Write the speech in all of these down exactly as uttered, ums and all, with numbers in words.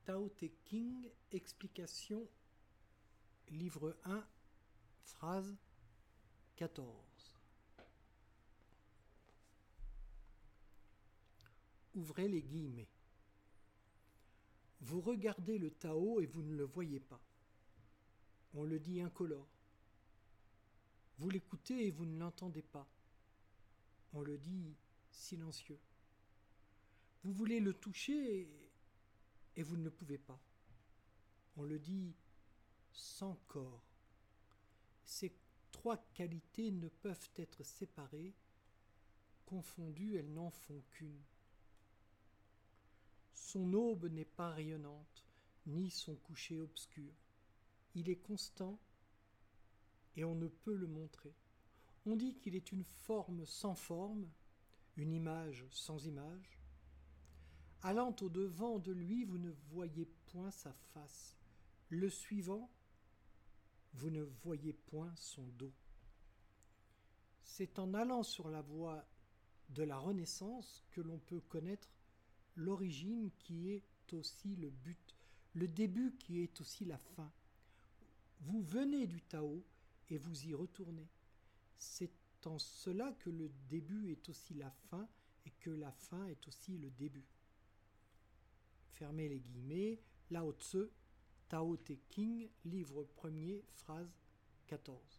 Tao Te Ching, explication, livre un, phrase quatorze. Ouvrez les guillemets. Vous regardez le Tao et vous ne le voyez pas. On le dit incolore. Vous l'écoutez et vous ne l'entendez pas. On le dit silencieux. Vous voulez le toucher et, et vous ne le pouvez pas. On le dit sans corps. Ces trois qualités ne peuvent être séparées. Confondues, elles n'en font qu'une. Son aube n'est pas rayonnante, ni son coucher obscur. Il est constant et on ne peut le montrer. On dit qu'il est une forme sans forme, une image sans image. Allant au-devant de lui, vous ne voyez point sa face. Le suivant, vous ne voyez point son dos. C'est en allant sur la voie de la Renaissance que l'on peut connaître l'origine qui est aussi le but, le début qui est aussi la fin. Vous venez du Tao et vous y retournez. C'est en cela que le début est aussi la fin et que la fin est aussi le début. Fermez les guillemets, Lao Tse, Tao Te Ching, livre premier, phrase quatorze.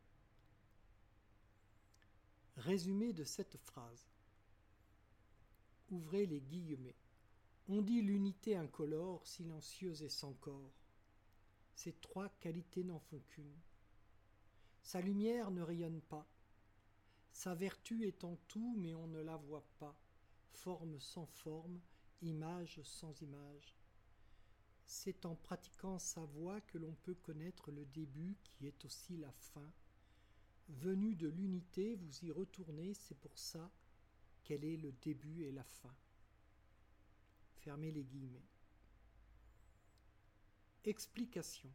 Résumé de cette phrase. Ouvrez les guillemets. On dit l'unité incolore, silencieuse et sans corps. Ces trois qualités n'en font qu'une. Sa lumière ne rayonne pas. Sa vertu est en tout, mais on ne la voit pas. Forme sans forme, image sans image. C'est en pratiquant sa voie que l'on peut connaître le début qui est aussi la fin. Venu de l'unité, vous y retournez, c'est pour ça qu'elle est le début et la fin. Fermez les guillemets. Explication.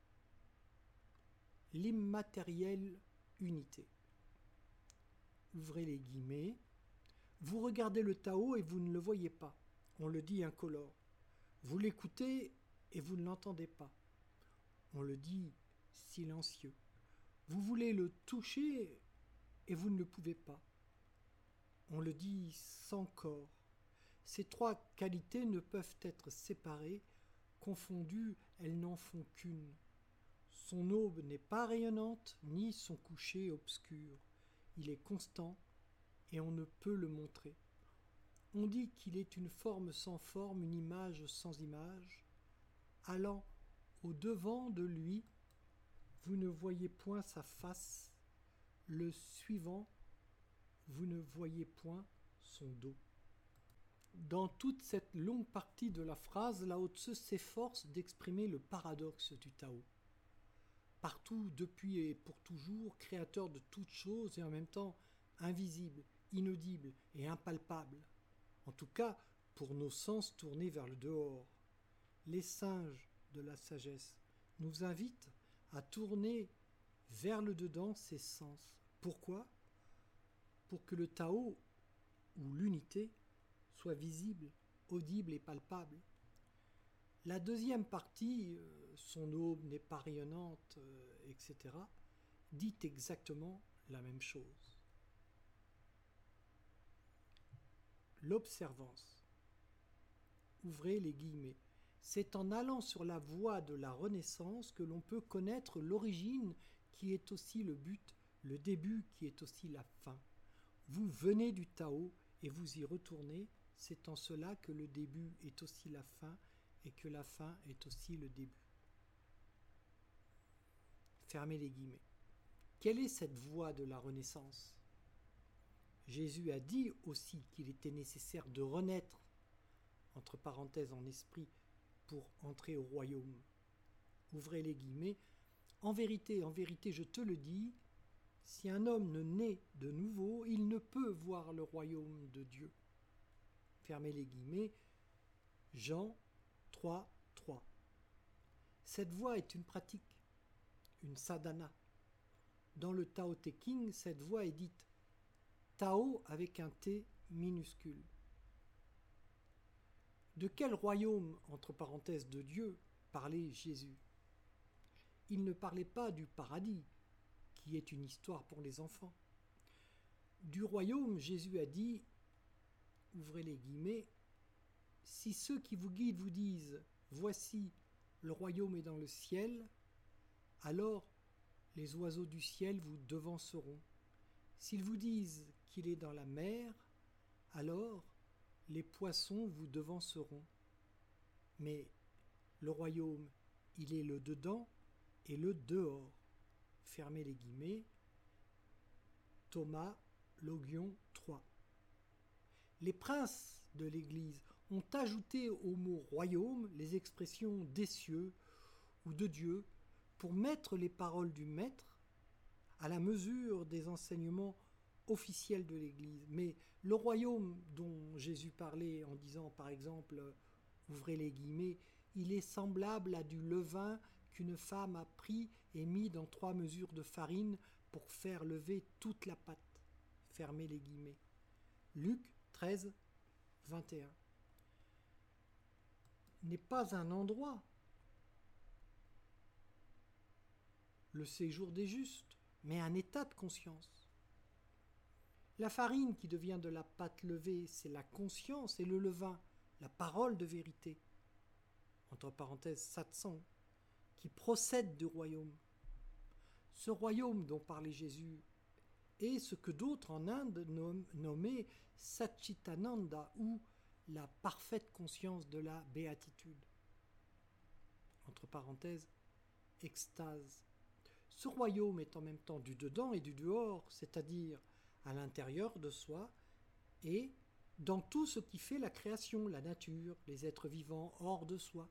L'immatérielle unité. Ouvrez les guillemets. Vous regardez le Tao et vous ne le voyez pas. On le dit incolore. Vous l'écoutez et vous ne l'entendez pas. On le dit silencieux. Vous voulez le toucher et vous ne le pouvez pas. On le dit sans corps. Ces trois qualités ne peuvent être séparées, confondues, elles n'en font qu'une. Son aube n'est pas rayonnante, ni son coucher obscur. Il est constant et on ne peut le montrer. On dit qu'il est une forme sans forme, une image sans image. Allant au-devant de lui, vous ne voyez point sa face. Le suivant, vous ne voyez point son dos. Dans toute cette longue partie de la phrase, Lao Tse s'efforce d'exprimer le paradoxe du Tao. Partout, depuis et pour toujours, créateur de toutes choses et en même temps invisible, inaudible et impalpable. En tout cas, pour nos sens tournés vers le dehors. Les singes de la sagesse nous invitent à tourner vers le dedans ses sens. Pourquoi ? Pour que le Tao, ou l'unité, soit visible, audible et palpable. La deuxième partie, euh, son aube n'est pas rayonnante, euh, et cetera, dit exactement la même chose. L'observance. Ouvrez les guillemets. C'est en allant sur la voie de la Renaissance que l'on peut connaître l'origine qui est aussi le but, le début qui est aussi la fin. Vous venez du Tao et vous y retournez, c'est en cela que le début est aussi la fin et que la fin est aussi le début. Fermez les guillemets. Quelle est cette voie de la Renaissance ? Jésus a dit aussi qu'il était nécessaire de renaître, entre parenthèses en esprit, pour entrer au royaume. Ouvrez les guillemets. En vérité, en vérité, je te le dis, si un homme ne naît de nouveau, il ne peut voir le royaume de Dieu. Fermez les guillemets. Jean trois, trois. Cette voie est une pratique, une sadhana. Dans le Tao Te Ching, cette voie est dite Tao avec un T minuscule. De quel royaume, entre parenthèses, de Dieu, parlait Jésus? Il ne parlait pas du paradis, qui est une histoire pour les enfants. Du royaume, Jésus a dit, ouvrez les guillemets, « Si ceux qui vous guident vous disent « Voici, le royaume est dans le ciel », alors les oiseaux du ciel vous devanceront. S'ils vous disent qu'il est dans la mer, alors les poissons vous devanceront. Mais le royaume, il est le dedans et le dehors. » Fermez les guillemets. Thomas Logion trois. Les princes de l'Église ont ajouté au mot royaume les expressions des cieux ou de Dieu pour mettre les paroles du maître à la mesure des enseignements officiels de l'Église. Mais le royaume dont Jésus parlait en disant par exemple, ouvrez les guillemets, il est semblable à du levain qu'une femme a pris et mis dans trois mesures de farine pour faire lever toute la pâte. Fermez les guillemets. Luc treize, vingt et un. N'est pas un endroit, le séjour des justes, mais un état de conscience. La farine qui devient de la pâte levée, c'est la conscience, et le levain, la parole de vérité, entre parenthèses satsang, qui procède du royaume. Ce royaume dont parlait Jésus est ce que d'autres en Inde nommaient Satchitananda, ou la parfaite conscience de la béatitude. Entre parenthèses, extase. Ce royaume est en même temps du dedans et du dehors, c'est-à-dire à l'intérieur de soi et dans tout ce qui fait la création, la nature, les êtres vivants hors de soi.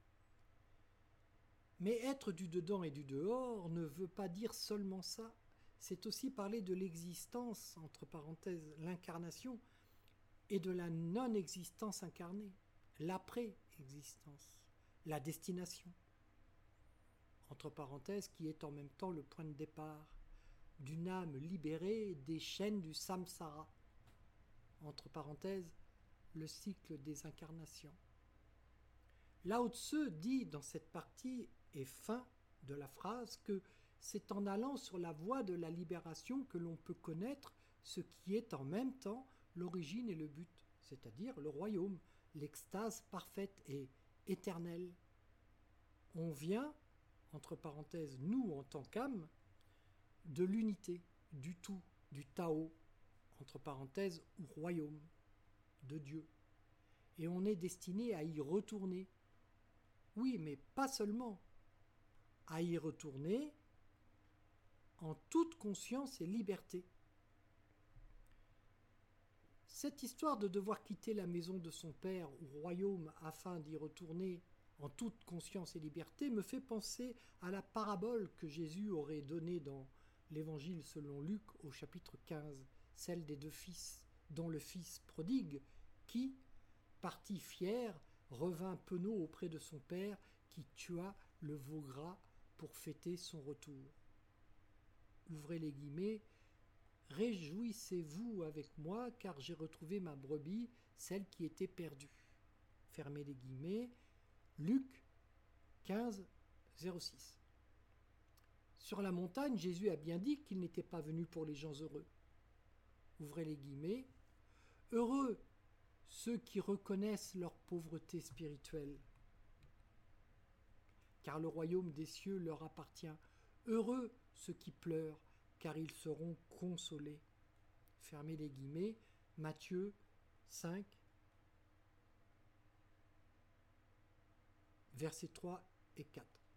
Mais être du dedans et du dehors ne veut pas dire seulement ça. C'est aussi parler de l'existence, entre parenthèses, l'incarnation, et de la non-existence incarnée, l'après-existence, la destination, entre parenthèses, qui est en même temps le point de départ d'une âme libérée des chaînes du samsara, entre parenthèses, le cycle des incarnations. Lao Tzu dit dans cette partie et fin de la phrase que c'est en allant sur la voie de la libération que l'on peut connaître ce qui est en même temps l'origine et le but, c'est-à-dire le royaume, l'extase parfaite et éternelle. On vient, entre parenthèses, nous en tant qu'âme, de l'unité, du tout, du Tao, entre parenthèses, ou royaume, de Dieu. Et on est destiné à y retourner. Oui, mais pas seulement. À y retourner en toute conscience et liberté. Cette histoire de devoir quitter la maison de son père ou royaume afin d'y retourner en toute conscience et liberté me fait penser à la parabole que Jésus aurait donnée dans l'Évangile selon Luc au chapitre quinze, celle des deux fils, dont le fils prodigue, qui, parti fier, revint penaud auprès de son père qui tua le veau gras pour fêter son retour. Ouvrez les guillemets, « Réjouissez-vous avec moi, car j'ai retrouvé ma brebis, celle qui était perdue. » Fermez les guillemets. Luc quinze, zéro six. Sur la montagne, Jésus a bien dit qu'il n'était pas venu pour les gens heureux. Ouvrez les guillemets. « Heureux ceux qui reconnaissent leur pauvreté spirituelle, car le royaume des cieux leur appartient. Heureux ceux qui pleurent, car ils seront consolés. » Fermez les guillemets. Matthieu cinq, versets trois et quatre.